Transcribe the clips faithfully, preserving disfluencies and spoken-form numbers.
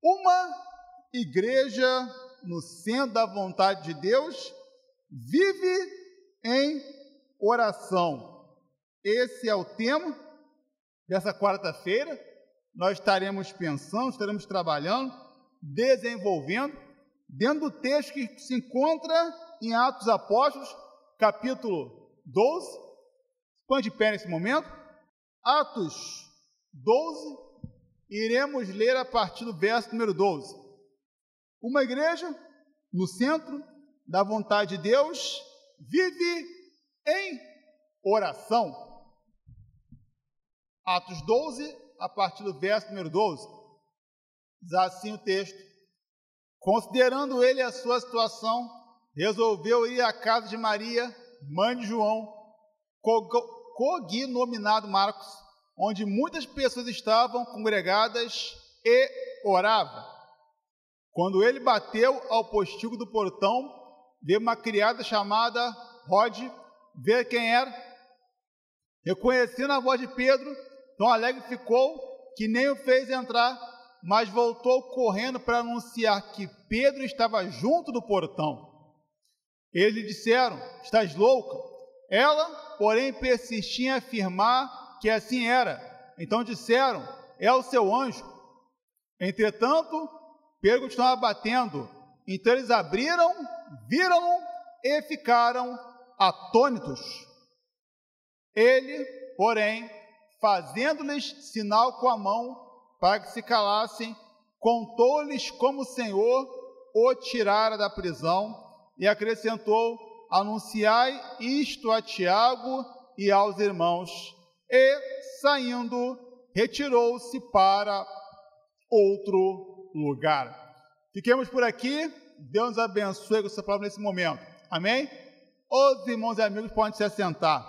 Uma igreja no centro da vontade de Deus vive em oração. Esse é o tema dessa quarta-feira. Nós estaremos pensando, estaremos trabalhando, desenvolvendo, dentro do texto que se encontra em Atos Apóstolos, capítulo doze. Põe de pé nesse momento. Atos doze, iremos ler a partir do verso número doze. Uma igreja no centro da vontade de Deus vive em oração. Atos doze, a partir do verso número doze. Diz assim o texto: considerando ele a sua situação, resolveu ir à casa de Maria, mãe de João, cognominado Marcos, onde muitas pessoas estavam congregadas e oravam. Quando ele bateu ao postigo do portão, veio uma criada chamada Rode ver quem era. Reconhecendo a voz de Pedro, tão alegre ficou que nem o fez entrar, mas voltou correndo para anunciar que Pedro estava junto do portão. Eles lhe disseram: estás louca? Ela, porém, persistia em afirmar que assim era. Então disseram: é o seu anjo. Entretanto, Pedro continuava batendo. Então eles abriram, viram-no e ficaram atônitos. Ele, porém, fazendo-lhes sinal com a mão para que se calassem, contou-lhes como o Senhor o tirara da prisão e acrescentou: anunciai isto a Tiago e aos irmãos. E, saindo, retirou-se para outro lugar. Fiquemos por aqui. Deus nos abençoe com essa palavra nesse momento. Amém? Os irmãos e amigos podem se assentar.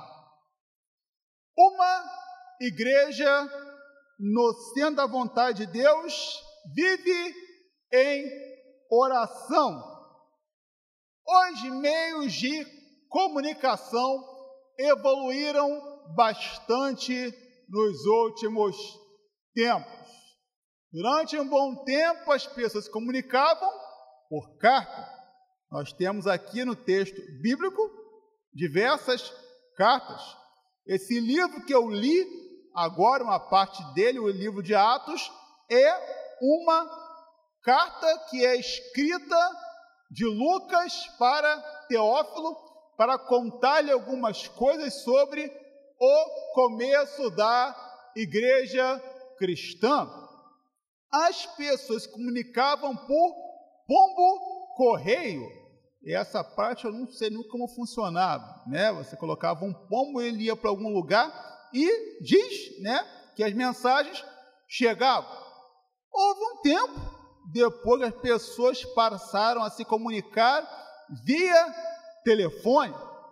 Uma igreja no centro da vontade de Deus vive em oração. Hoje, meios de comunicação evoluíram bastante nos últimos tempos. Durante um bom tempo, as pessoas se comunicavam por carta. Nós temos aqui no texto bíblico diversas cartas. Esse livro que eu li, agora uma parte dele, o livro de Atos, é uma carta que é escrita de Lucas para Teófilo, para contar-lhe algumas coisas sobre o começo da igreja cristã. As pessoas se comunicavam por pombo-correio. E essa parte eu não sei nunca como funcionava, né? Você colocava um pombo, ele ia para algum lugar e diz, né, que as mensagens chegavam. Houve um tempo depois que as pessoas passaram a se comunicar via telefone.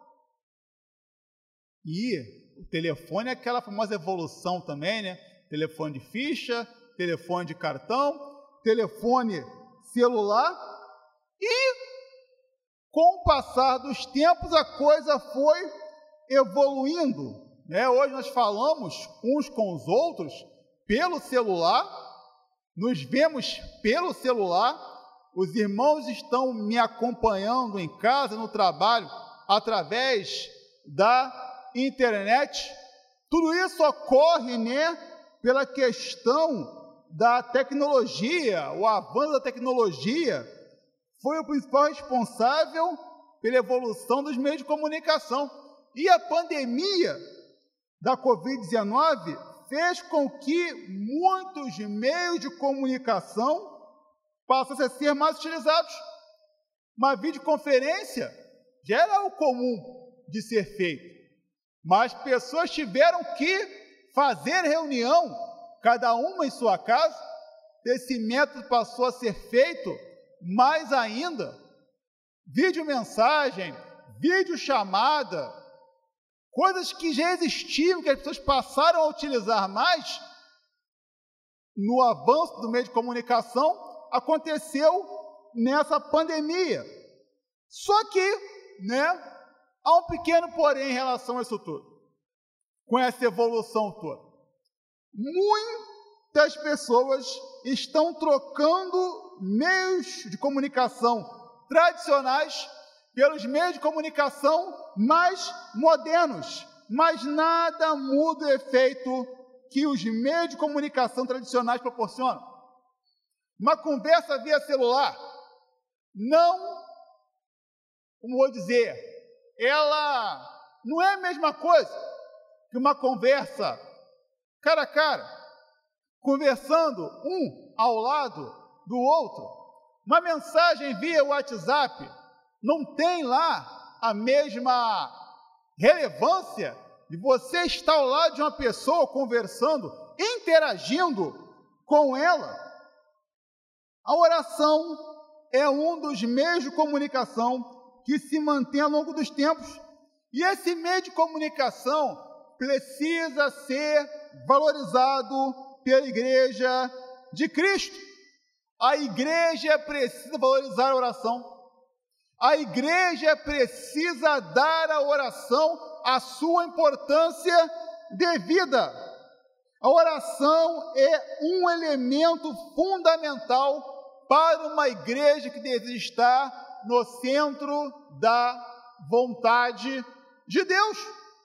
E o telefone é aquela famosa evolução também, né? Telefone de ficha, telefone de cartão, telefone celular. E com o passar dos tempos a coisa foi evoluindo, né? Hoje nós falamos uns com os outros pelo celular, nos vemos pelo celular, os irmãos estão me acompanhando em casa, no trabalho, através da internet. Tudo isso ocorre, né, pela questão da tecnologia. O avanço da tecnologia foi o principal responsável pela evolução dos meios de comunicação. E a pandemia da covid dezenove fez com que muitos meios de comunicação passassem a ser mais utilizados. Uma videoconferência já era o comum de ser feito, mas pessoas tiveram que fazer reunião, cada uma em sua casa. Esse método passou a ser feito mais ainda, videomensagem, videochamada, coisas que já existiam, que as pessoas passaram a utilizar mais. No avanço do meio de comunicação, aconteceu nessa pandemia. Só que, né, há um pequeno porém em relação a isso tudo, com essa evolução toda. muitas pessoas estão trocando meios de comunicação tradicionais pelos meios de comunicação mais modernos, mas nada muda o efeito que os meios de comunicação tradicionais proporcionam. Uma conversa via celular não, como vou dizer, ela não é a mesma coisa que uma conversa cara a cara, conversando um ao lado do outro. Uma mensagem via WhatsApp não tem lá a mesma relevância de você estar ao lado de uma pessoa conversando, interagindo com ela. A oração é um dos meios de comunicação que se mantém ao longo dos tempos. E esse meio de comunicação precisa ser valorizado pela Igreja de Cristo. A Igreja precisa valorizar a oração. A Igreja precisa dar à oração a sua importância devida. A oração é um elemento fundamental para uma igreja que deseja estar no centro da vontade de Deus.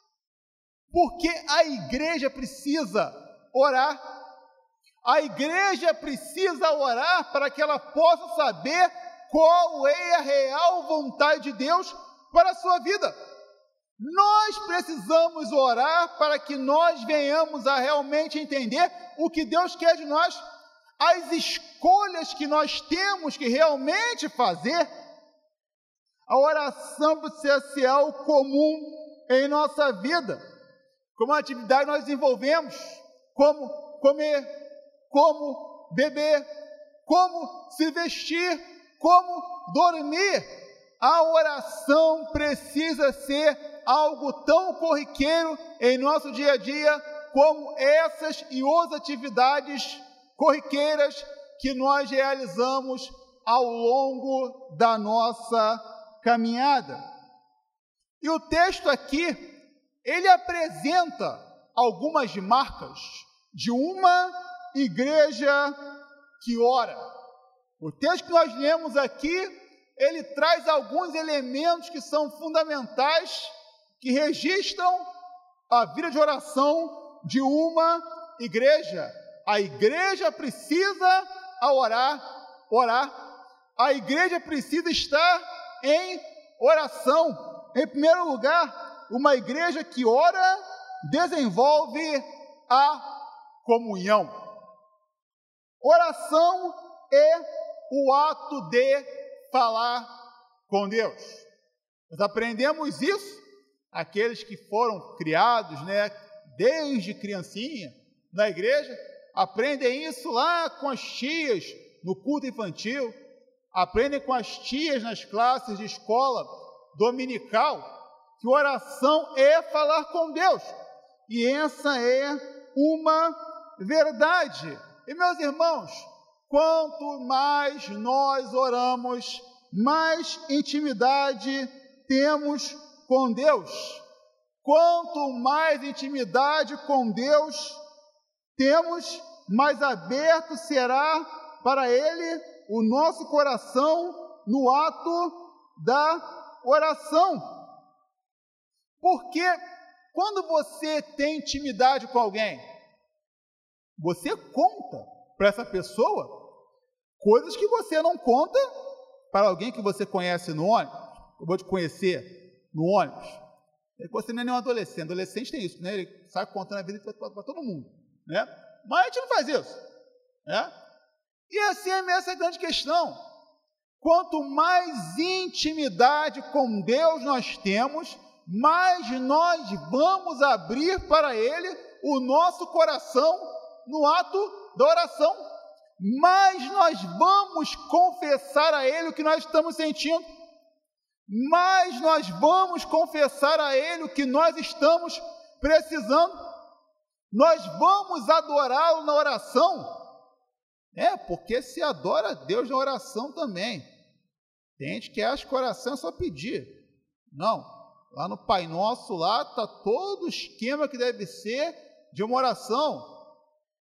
Porque a igreja precisa orar. A igreja precisa orar para que ela possa saber qual é a real vontade de Deus para a sua vida. Nós precisamos orar para que nós venhamos a realmente entender o que Deus quer de nós, as escolhas que nós temos que realmente fazer. A oração precisa ser algo comum em nossa vida, como atividade nós desenvolvemos, como comer, como beber, como se vestir, como dormir. A oração precisa ser algo tão corriqueiro em nosso dia a dia como essas e outras atividades corriqueiras que nós realizamos ao longo da nossa caminhada. E o texto aqui, ele apresenta algumas marcas de uma igreja que ora. O texto que nós lemos aqui, ele traz alguns elementos que são fundamentais, que registram a vida de oração de uma igreja. A igreja precisa, ao orar, orar. A igreja precisa estar em oração. Em primeiro lugar, uma igreja que ora desenvolve a comunhão. Oração é o ato de falar com Deus. Nós aprendemos isso, aqueles que foram criados, né, desde criancinha na igreja, aprendem isso lá com as tias no culto infantil, aprendem com as tias nas classes de escola dominical, que oração é falar com Deus. E essa é uma verdade. E meus irmãos, quanto mais nós oramos, mais intimidade temos com Deus. Quanto mais intimidade com Deus temos, mais aberto será para Ele o nosso coração no ato da oração. Porque quando você tem intimidade com alguém, você conta para essa pessoa coisas que você não conta para alguém que você conhece no ônibus. Eu vou te conhecer no ônibus. Você não é nenhum adolescente. Adolescente tem isso, né? Ele sai contando a vida para todo mundo, né? Mas a gente não faz isso, né? E assim é essa a grande questão. Quanto mais intimidade com Deus nós temos, mais nós vamos abrir para Ele o nosso coração no ato da oração. Mais nós vamos confessar a Ele o que nós estamos sentindo. Mais nós vamos confessar a Ele o que nós estamos precisando. Nós vamos adorá-lo na oração. É, porque se adora a Deus na oração também. Tem gente que acha que oração é só pedir. Não. Lá no Pai Nosso, lá está todo o esquema que deve ser de uma oração.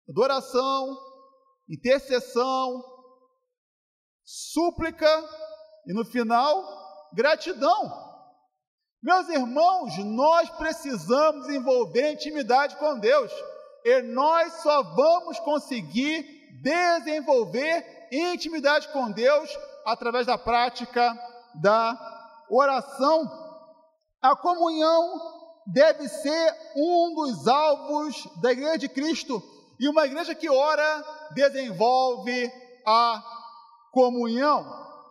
adoração, intercessão, súplica e, no final, gratidão. Meus irmãos, nós precisamos desenvolver intimidade com Deus e nós só vamos conseguir desenvolver intimidade com Deus através da prática da oração. A comunhão deve ser um dos alvos da Igreja de Cristo, e uma igreja que ora desenvolve a comunhão.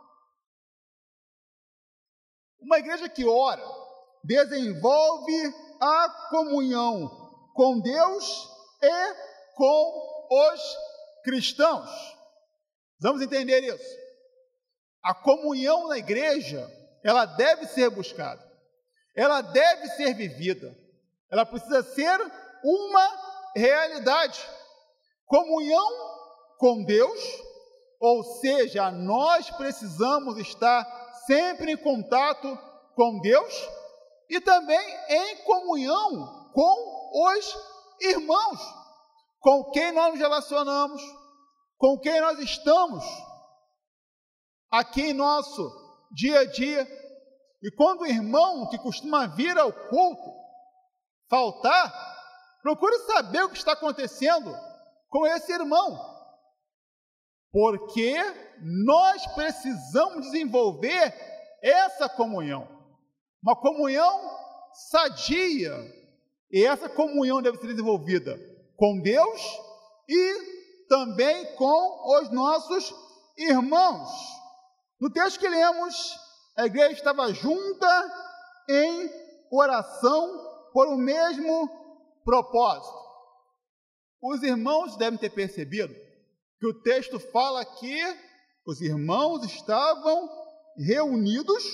Uma igreja que ora desenvolve a comunhão com Deus e com os cristãos. Vamos entender isso. A comunhão na igreja, ela deve ser buscada, ela deve ser vivida, ela precisa ser uma realidade. Comunhão com Deus, ou seja, nós precisamos estar sempre em contato com Deus e também em comunhão com os irmãos, com quem nós nos relacionamos, com quem nós estamos aqui em nosso dia a dia. E quando o irmão que costuma vir ao culto faltar, procure saber o que está acontecendo com esse irmão, porque nós precisamos desenvolver essa comunhão, uma comunhão sadia, e essa comunhão deve ser desenvolvida com Deus e também com os nossos irmãos. No texto que lemos, a igreja estava junta em oração por o mesmo propósito. Os irmãos devem ter percebido que o texto fala que os irmãos estavam reunidos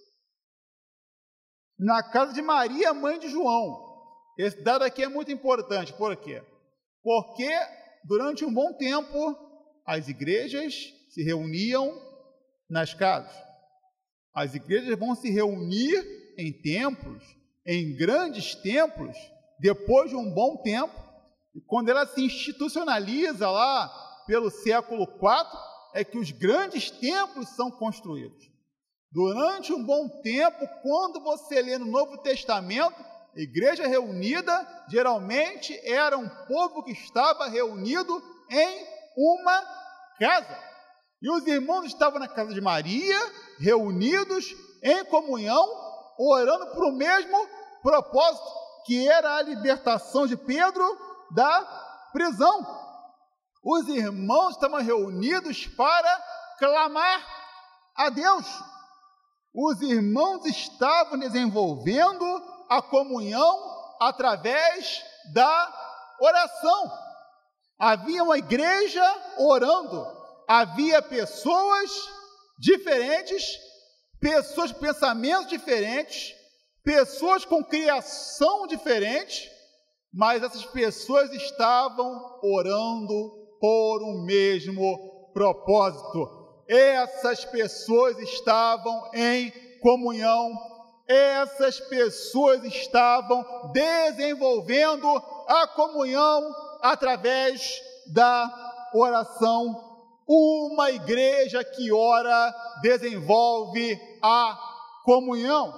na casa de Maria, mãe de João. Esse dado aqui é muito importante. Por quê? Porque durante um bom tempo as igrejas se reuniam nas casas. As igrejas vão se reunir em templos, em grandes templos, depois de um bom tempo, e quando ela se institucionaliza lá pelo século quatro, é que os grandes templos são construídos. Durante um bom tempo, quando você lê no Novo Testamento, a igreja reunida, geralmente era um povo que estava reunido em uma casa. E os irmãos estavam na casa de Maria, reunidos em comunhão, orando por o mesmo propósito, que era a libertação de Pedro da prisão. Os irmãos estavam reunidos para clamar a Deus. Os irmãos estavam desenvolvendo a comunhão através da oração. Havia uma igreja orando, havia pessoas diferentes, pessoas com pensamentos diferentes, pessoas com criação diferente, mas essas pessoas estavam orando por um mesmo propósito. Essas pessoas estavam em comunhão, essas pessoas estavam desenvolvendo a comunhão através da oração. Uma igreja que ora desenvolve a comunhão.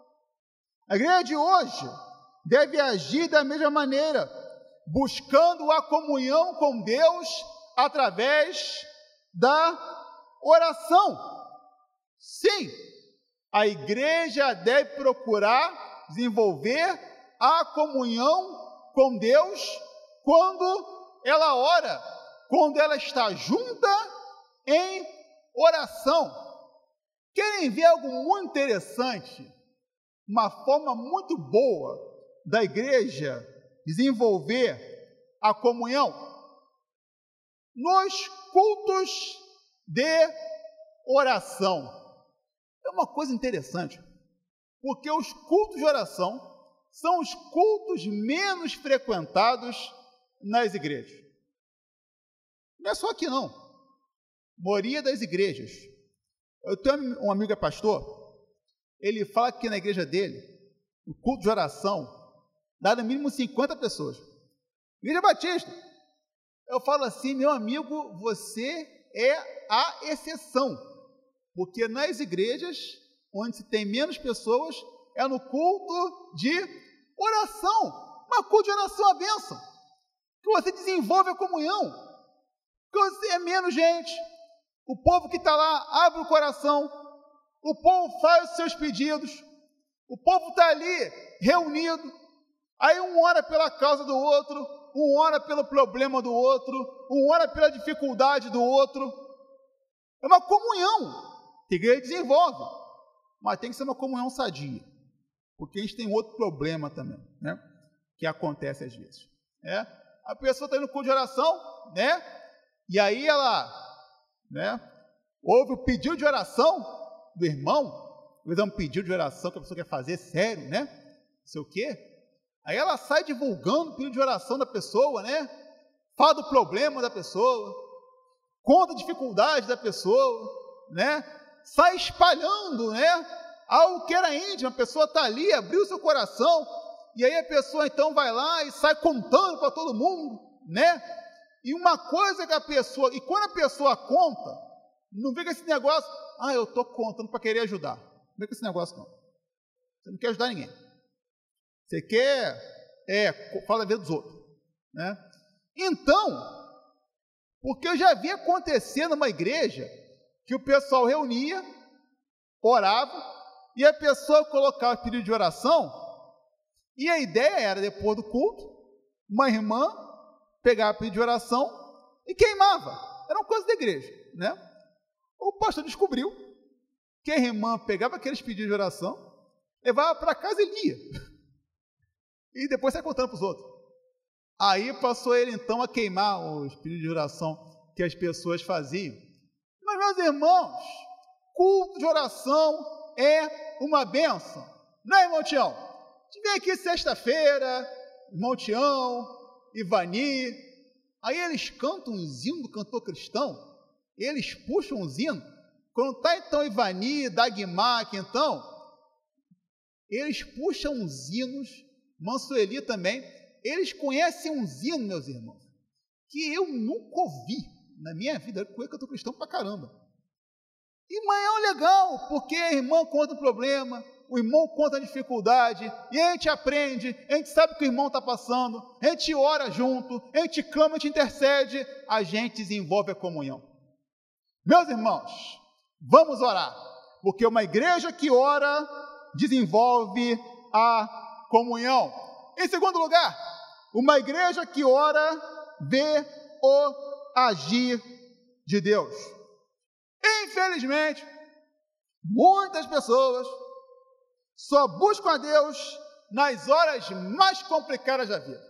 A igreja de hoje deve agir da mesma maneira, buscando a comunhão com Deus através da oração. Sim, a igreja deve procurar desenvolver a comunhão com Deus quando ela ora, quando ela está junta em oração. Querem ver algo muito interessante? Uma forma muito boa da igreja desenvolver a comunhão? Nos cultos de oração. É uma coisa interessante, porque os cultos de oração são os cultos menos frequentados nas igrejas. Não é só aqui não. A maioria das igrejas. Eu tenho um amigo que é pastor, ele fala que na igreja dele, o culto de oração, dá no mínimo cinquenta pessoas. Igreja Batista. eu falo assim, meu amigo, você é a exceção, porque nas igrejas, onde se tem menos pessoas, é no culto de oração. Mas culto de oração é a bênção, que você desenvolve a comunhão, que você é menos gente, o povo que está lá abre o coração, o povo faz os seus pedidos, o povo está ali reunido, aí um ora pela causa do outro, um ora pelo problema do outro, um ora pela dificuldade do outro. É uma comunhão que a igreja desenvolve, mas tem que ser uma comunhão sadia, porque a gente tem outro problema também, né? Que acontece às vezes. Né? A pessoa está indo no culto de oração, né? E aí ela, né? Ouve o pedido de oração do irmão, às vezes é um pedido de oração que a pessoa quer fazer sério, né? Não sei o quê. Aí ela sai divulgando o pedido de oração da pessoa, né? Fala do problema da pessoa, conta a dificuldade da pessoa, né? Sai espalhando, né? Algo que era íntimo, a pessoa está ali, abriu seu coração, e aí a pessoa então vai lá e sai contando para todo mundo, né? E uma coisa que a pessoa, e quando a pessoa conta, não vem com esse negócio, ah, eu estou contando para querer ajudar. Não vem com esse negócio, não. Você não quer ajudar ninguém. Você quer, é, fala da vida dos outros, né? Então, porque eu já vi acontecer numa igreja que o pessoal reunia, orava, e a pessoa colocava o pedido de oração, e a ideia era, depois do culto, uma irmã pegava o pedido de oração e queimava. Era uma coisa da igreja, né? O pastor descobriu que a irmã pegava aqueles pedidos de oração, levava para casa e lia. E depois sai contando para os outros. Aí passou ele então a queimar os pedidos de oração que as pessoas faziam. Mas, meus irmãos, culto de oração é uma bênção. Não é, irmão Tião? A gente vem aqui sexta-feira, irmão Tião, Ivani, aí eles cantam um hino do cantor cristão, eles puxam um hino. Quando está então Ivani, Dagmar aqui então, eles puxam uns hinos, Mansueli também, eles conhecem uns hinos, meus irmãos, que eu nunca ouvi na minha vida, eu cantor cristão pra caramba. E mas é legal, porque a irmã conta o problema, o irmão conta a dificuldade, e a gente aprende, a gente sabe o que o irmão está passando, a gente ora junto, a gente clama, a gente intercede, a gente desenvolve a comunhão. Meus irmãos, vamos orar, porque uma igreja que ora desenvolve a comunhão. Em segundo lugar, uma igreja que ora vê o agir de Deus. Infelizmente, muitas pessoas só buscam a Deus nas horas mais complicadas da vida.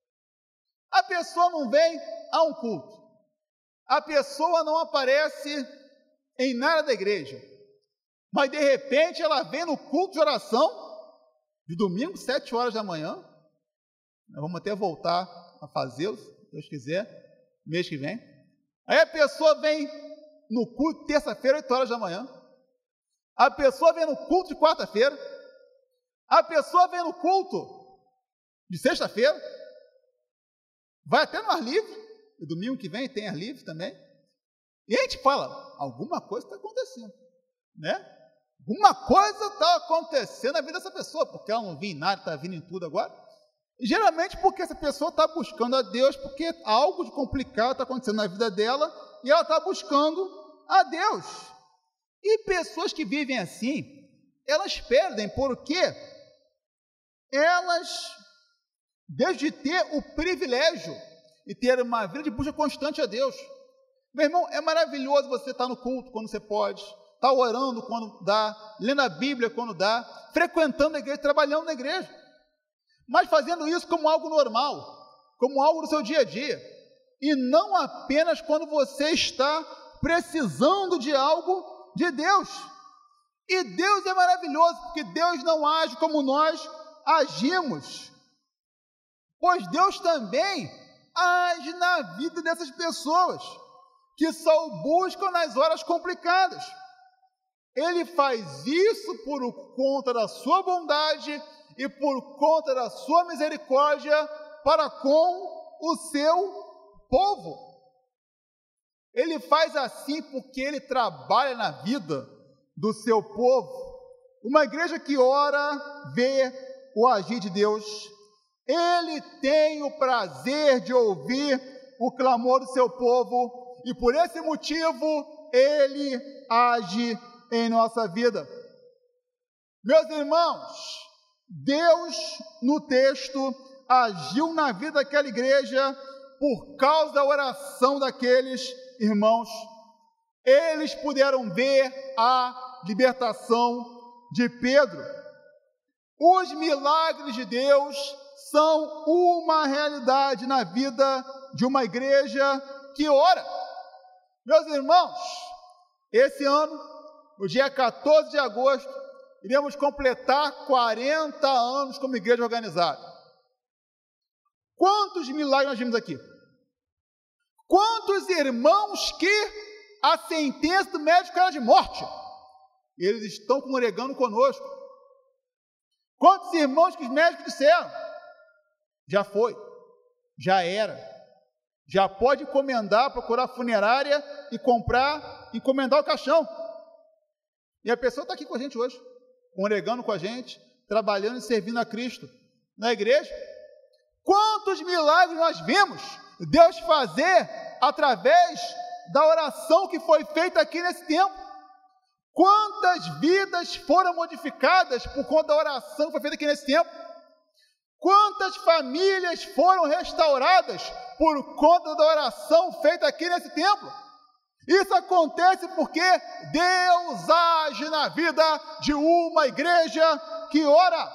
A pessoa não vem a um culto, a pessoa não aparece em nada da igreja, mas de repente ela vem no culto de oração de domingo, sete horas da manhã. Nós vamos até voltar a fazê-lo, se Deus quiser, mês que vem. Aí a pessoa vem no culto terça-feira, oito horas da manhã. A pessoa vem no culto de quarta-feira. A pessoa vem no culto de sexta-feira. Vai até no ar livre. E domingo que vem tem ar livre também. E a gente fala, alguma coisa está acontecendo, né? Alguma coisa está acontecendo na vida dessa pessoa, porque ela não vinha em nada, está vindo em tudo agora. E geralmente porque essa pessoa está buscando a Deus, porque algo de complicado está acontecendo na vida dela, e ela está buscando a Deus. E pessoas que vivem assim, elas perdem, porque elas, desde ter o privilégio e ter uma vida de busca constante a Deus. Meu irmão, é maravilhoso você estar no culto quando você pode, estar orando quando dá, lendo a Bíblia quando dá, frequentando a igreja, trabalhando na igreja, mas fazendo isso como algo normal, como algo do seu dia a dia, e não apenas quando você está precisando de algo de Deus. E Deus é maravilhoso, porque Deus não age como nós agimos, pois Deus também age na vida dessas pessoas que só o buscam nas horas complicadas. Ele faz isso por conta da sua bondade e por conta da sua misericórdia para com o seu povo. Ele faz assim porque ele trabalha na vida do seu povo. Uma igreja que ora, vê o agir de Deus. Ele tem o prazer de ouvir o clamor do seu povo e por esse motivo ele age em nossa vida. Meus irmãos, Deus no texto agiu na vida daquela igreja por causa da oração daqueles irmãos. Eles puderam ver a libertação de Pedro. Os milagres de Deus são uma realidade na vida de uma igreja que ora. Meus irmãos, esse ano, no dia quatorze de agosto, iremos completar quarenta anos como igreja organizada. Quantos milagres nós vimos aqui? Quantos irmãos que a sentença do médico era de morte? Eles estão congregando conosco. Quantos irmãos que os médicos disseram? Já foi, já era. Já pode encomendar, procurar a funerária e comprar, encomendar o caixão. E a pessoa está aqui com a gente hoje, congregando com a gente, trabalhando e servindo a Cristo na igreja. Quantos milagres nós vimos Deus fazer através da oração que foi feita aqui nesse tempo? Quantas vidas foram modificadas por conta da oração que foi feita aqui nesse tempo? Quantas famílias foram restauradas por conta da oração feita aqui nesse templo? Isso acontece porque Deus age na vida de uma igreja que ora.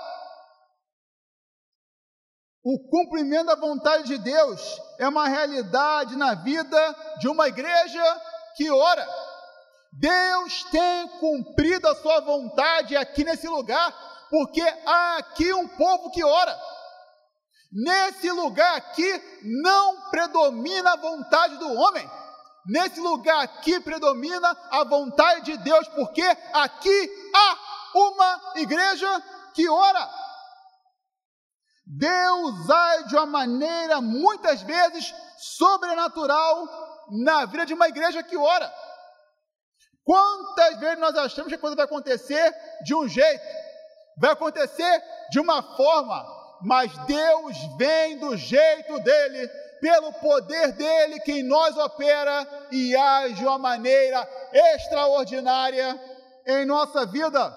O cumprimento da vontade de Deus é uma realidade na vida de uma igreja que ora. Deus tem cumprido a sua vontade aqui nesse lugar, porque há aqui um povo que ora. Nesse lugar aqui não predomina a vontade do homem. Nesse lugar aqui predomina a vontade de Deus, porque aqui há uma igreja que ora. Deus age de uma maneira, muitas vezes, sobrenatural na vida de uma igreja que ora. Quantas vezes nós achamos que a coisa vai acontecer de um jeito, vai acontecer de uma forma, mas Deus vem do jeito dele, pelo poder dele que em nós opera e age de uma maneira extraordinária em nossa vida.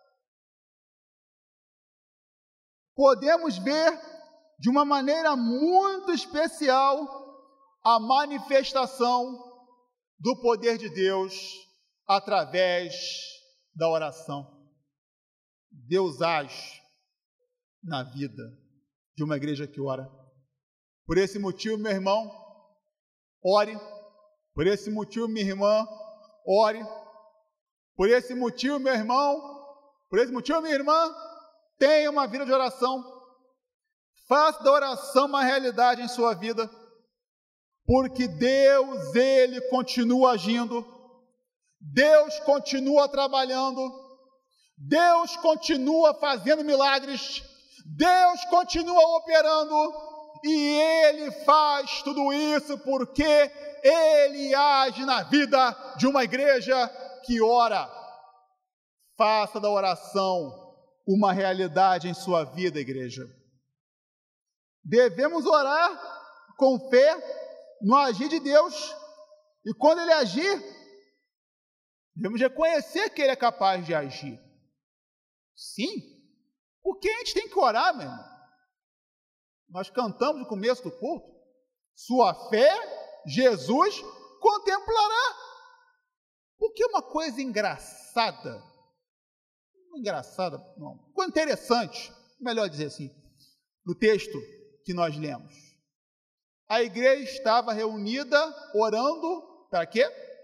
Podemos ver de uma maneira muito especial a manifestação do poder de Deus através da oração. Deus age na vida de uma igreja que ora. Por esse motivo, meu irmão, ore. Por esse motivo, minha irmã, ore. Por esse motivo, meu irmão, por esse motivo, minha irmã, tenha uma vida de oração. Faça da oração uma realidade em sua vida, porque Deus, Ele continua agindo, Deus continua trabalhando, Deus continua fazendo milagres, Deus continua operando, e Ele faz tudo isso porque Ele age na vida de uma igreja que ora. Faça da oração uma realidade em sua vida, igreja. Devemos orar com fé no agir de Deus, e quando Ele agir, devemos reconhecer que Ele é capaz de agir. Sim, porque a gente tem que orar, meu irmão. Nós cantamos no começo do culto, sua fé, Jesus contemplará. Porque uma coisa engraçada, engraçada, não, coisa interessante, melhor dizer assim, no texto que nós lemos. A igreja estava reunida, orando, para quê?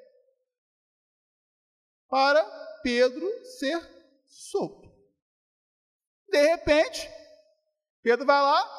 Para Pedro ser solto. De repente, Pedro vai lá,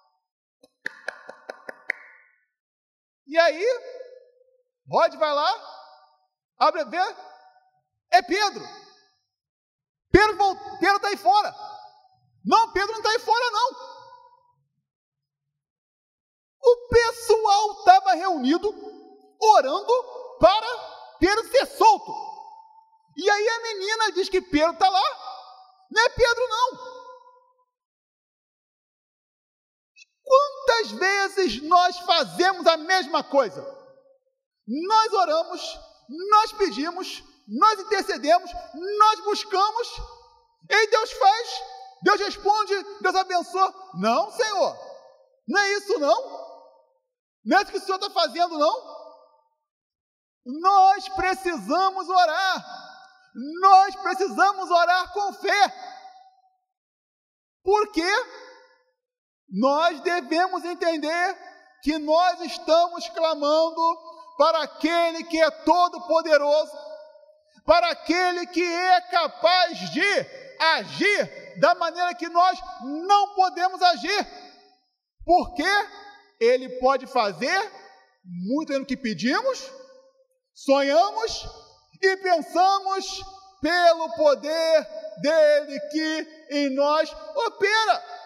e aí, Rod vai lá, abre a ver, é Pedro. Pedro está aí fora. Não, Pedro não está aí fora, não. O pessoal estava reunido, orando para Pedro ser solto. E aí a menina diz que Pedro está lá. Não é Pedro, não. Quantas vezes nós fazemos a mesma coisa? Nós oramos, nós pedimos, nós intercedemos, nós buscamos, e Deus faz, Deus responde, Deus abençoa. Não, Senhor, não é isso não. Não é isso que o Senhor está fazendo, não. Nós precisamos orar, nós precisamos orar com fé. Por quê? Nós devemos entender que nós estamos clamando para aquele que é todo-poderoso, para aquele que é capaz de agir da maneira que nós não podemos agir, porque Ele pode fazer muito no que pedimos, sonhamos e pensamos pelo poder dele que em nós opera.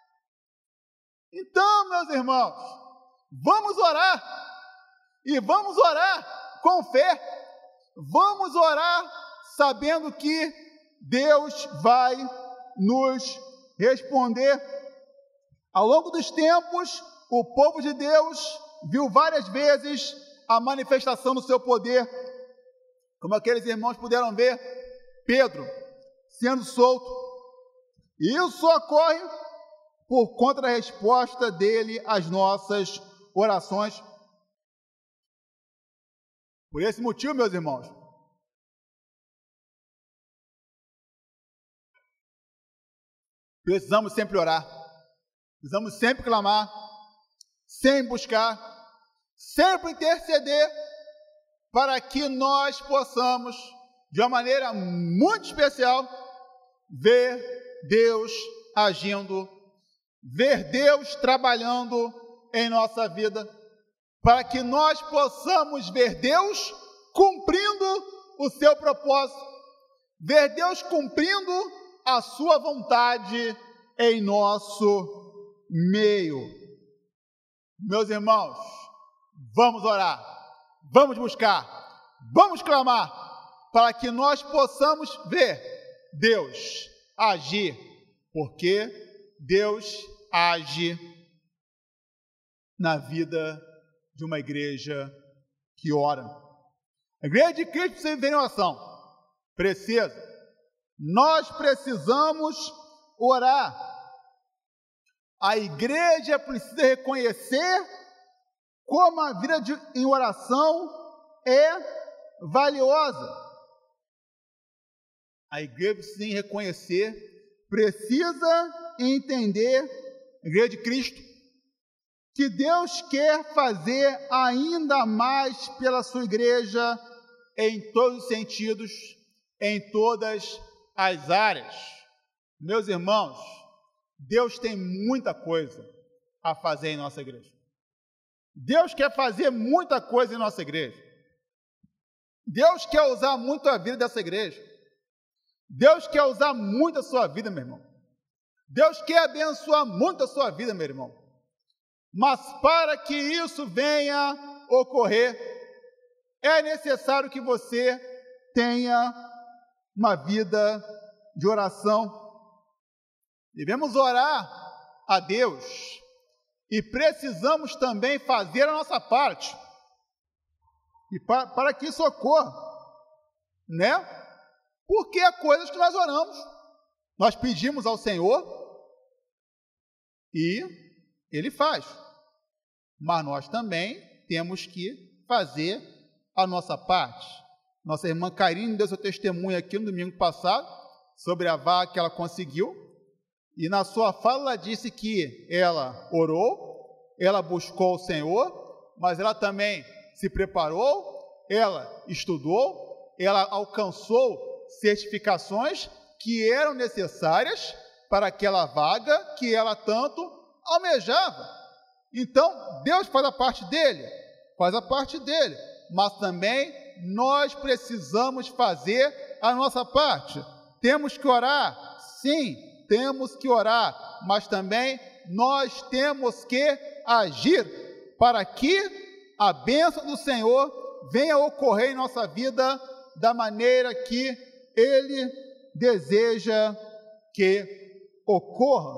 Então, meus irmãos, vamos orar, e vamos orar com fé, vamos orar sabendo que Deus vai nos responder. Ao longo dos tempos, o povo de Deus viu várias vezes a manifestação do seu poder, como aqueles irmãos puderam ver, Pedro sendo solto, e isso ocorre por conta da resposta dele às nossas orações. Por esse motivo, meus irmãos, precisamos sempre orar, precisamos sempre clamar, sempre buscar, sempre interceder, para que nós possamos, de uma maneira muito especial, ver Deus agindo, ver Deus trabalhando em nossa vida, para que nós possamos ver Deus cumprindo o seu propósito, ver Deus cumprindo a sua vontade em nosso meio. Meus irmãos, vamos orar, vamos buscar, vamos clamar, para que nós possamos ver Deus agir, porque Deus age na vida de uma igreja que ora. A igreja de Cristo precisa viver em oração. Precisa. Nós precisamos orar. A igreja precisa reconhecer como a vida de, em oração é valiosa. A igreja precisa reconhecer, precisa entender, a igreja de Cristo, que Deus quer fazer ainda mais pela sua igreja em todos os sentidos, em todas as áreas. Meus irmãos, Deus tem muita coisa a fazer em nossa igreja. Deus quer fazer muita coisa em nossa igreja. Deus quer usar muito a vida dessa igreja. Deus quer usar muito a sua vida, meu irmão. Deus quer abençoar muito a sua vida, meu irmão. Mas para que isso venha ocorrer, é necessário que você tenha uma vida de oração. Devemos orar a Deus e precisamos também fazer a nossa parte. E para, para que isso ocorra, né? Porque há coisas que nós oramos, nós pedimos ao Senhor e Ele faz. Mas nós também temos que fazer a nossa parte. Nossa irmã Karine deu seu testemunho aqui no domingo passado sobre a vaga que ela conseguiu. E na sua fala ela disse que ela orou, ela buscou o Senhor, mas ela também se preparou, ela estudou, ela alcançou certificações que eram necessárias para aquela vaga que ela tanto almejava. Então, Deus faz a parte dele, faz a parte dele, mas também nós precisamos fazer a nossa parte. Temos que orar, sim, temos que orar, mas também nós temos que agir. para que a bênção do Senhor venha ocorrer em nossa vida da maneira que Ele deseja que ocorra.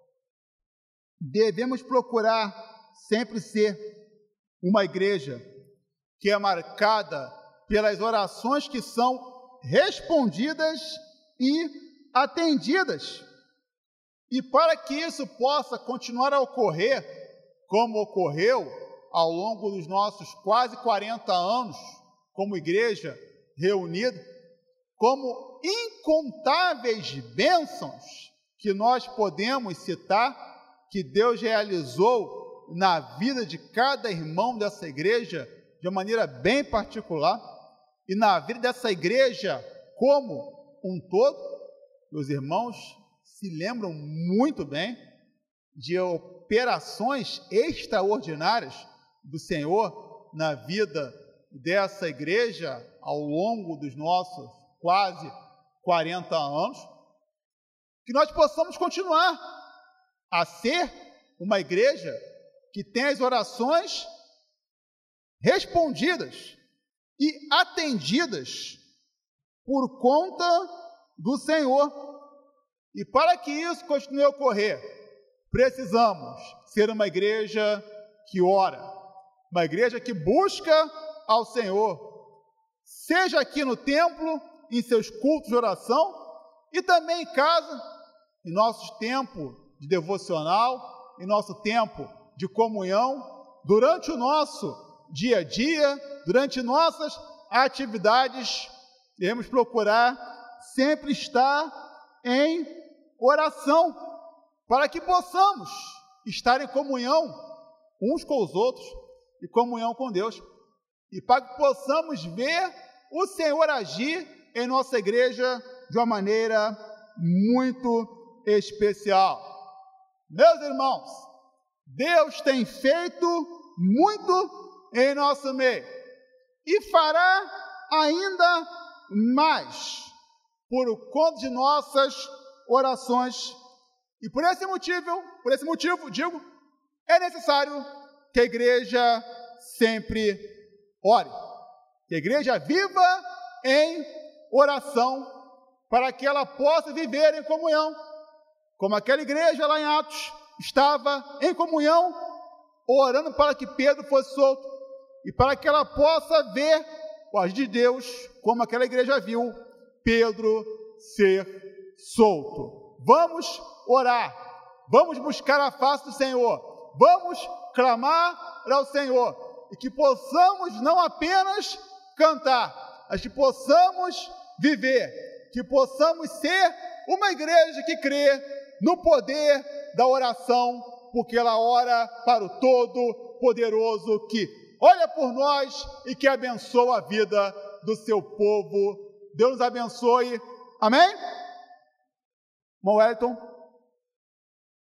Devemos procurar sempre ser uma igreja que é marcada pelas orações que são respondidas e atendidas. E para que isso possa continuar a ocorrer, como ocorreu ao longo dos nossos quase quarenta anos como igreja reunida, como incontáveis bênçãos que nós podemos citar, que Deus realizou na vida de cada irmão dessa igreja, de uma maneira bem particular, e na vida dessa igreja como um todo. Meus irmãos se lembram muito bem de operações extraordinárias do Senhor na vida dessa igreja ao longo dos nossos quase quarenta anos, que nós possamos continuar a ser uma igreja que tem as orações respondidas e atendidas por conta do Senhor. E para que isso continue a ocorrer, precisamos ser uma igreja que ora, uma igreja que busca ao Senhor, seja aqui no templo, em seus cultos de oração, e também em casa, em nosso tempo de devocional, em nosso tempo de comunhão, durante o nosso dia a dia, durante nossas atividades, devemos procurar sempre estar em oração, para que possamos estar em comunhão uns com os outros e comunhão com Deus, e para que possamos ver o Senhor agir em nossa igreja de uma maneira muito especial. Meus irmãos, Deus tem feito muito em nosso meio e fará ainda mais por conta de nossas orações. E por esse motivo, por esse motivo, digo, é necessário que a igreja sempre ore, que a igreja viva em oração, para que ela possa viver em comunhão, como aquela igreja lá em Atos estava em comunhão, orando para que Pedro fosse solto, e para que ela possa ver o agir de Deus, como aquela igreja viu Pedro ser solto. Vamos orar, vamos buscar a face do Senhor, vamos clamar ao Senhor, e que possamos não apenas cantar, mas que possamos viver, que possamos ser uma igreja que crê no poder da oração, porque ela ora para o Todo-Poderoso que olha por nós e que abençoa a vida do seu povo. Deus nos abençoe. Amém? Irmão Wellington.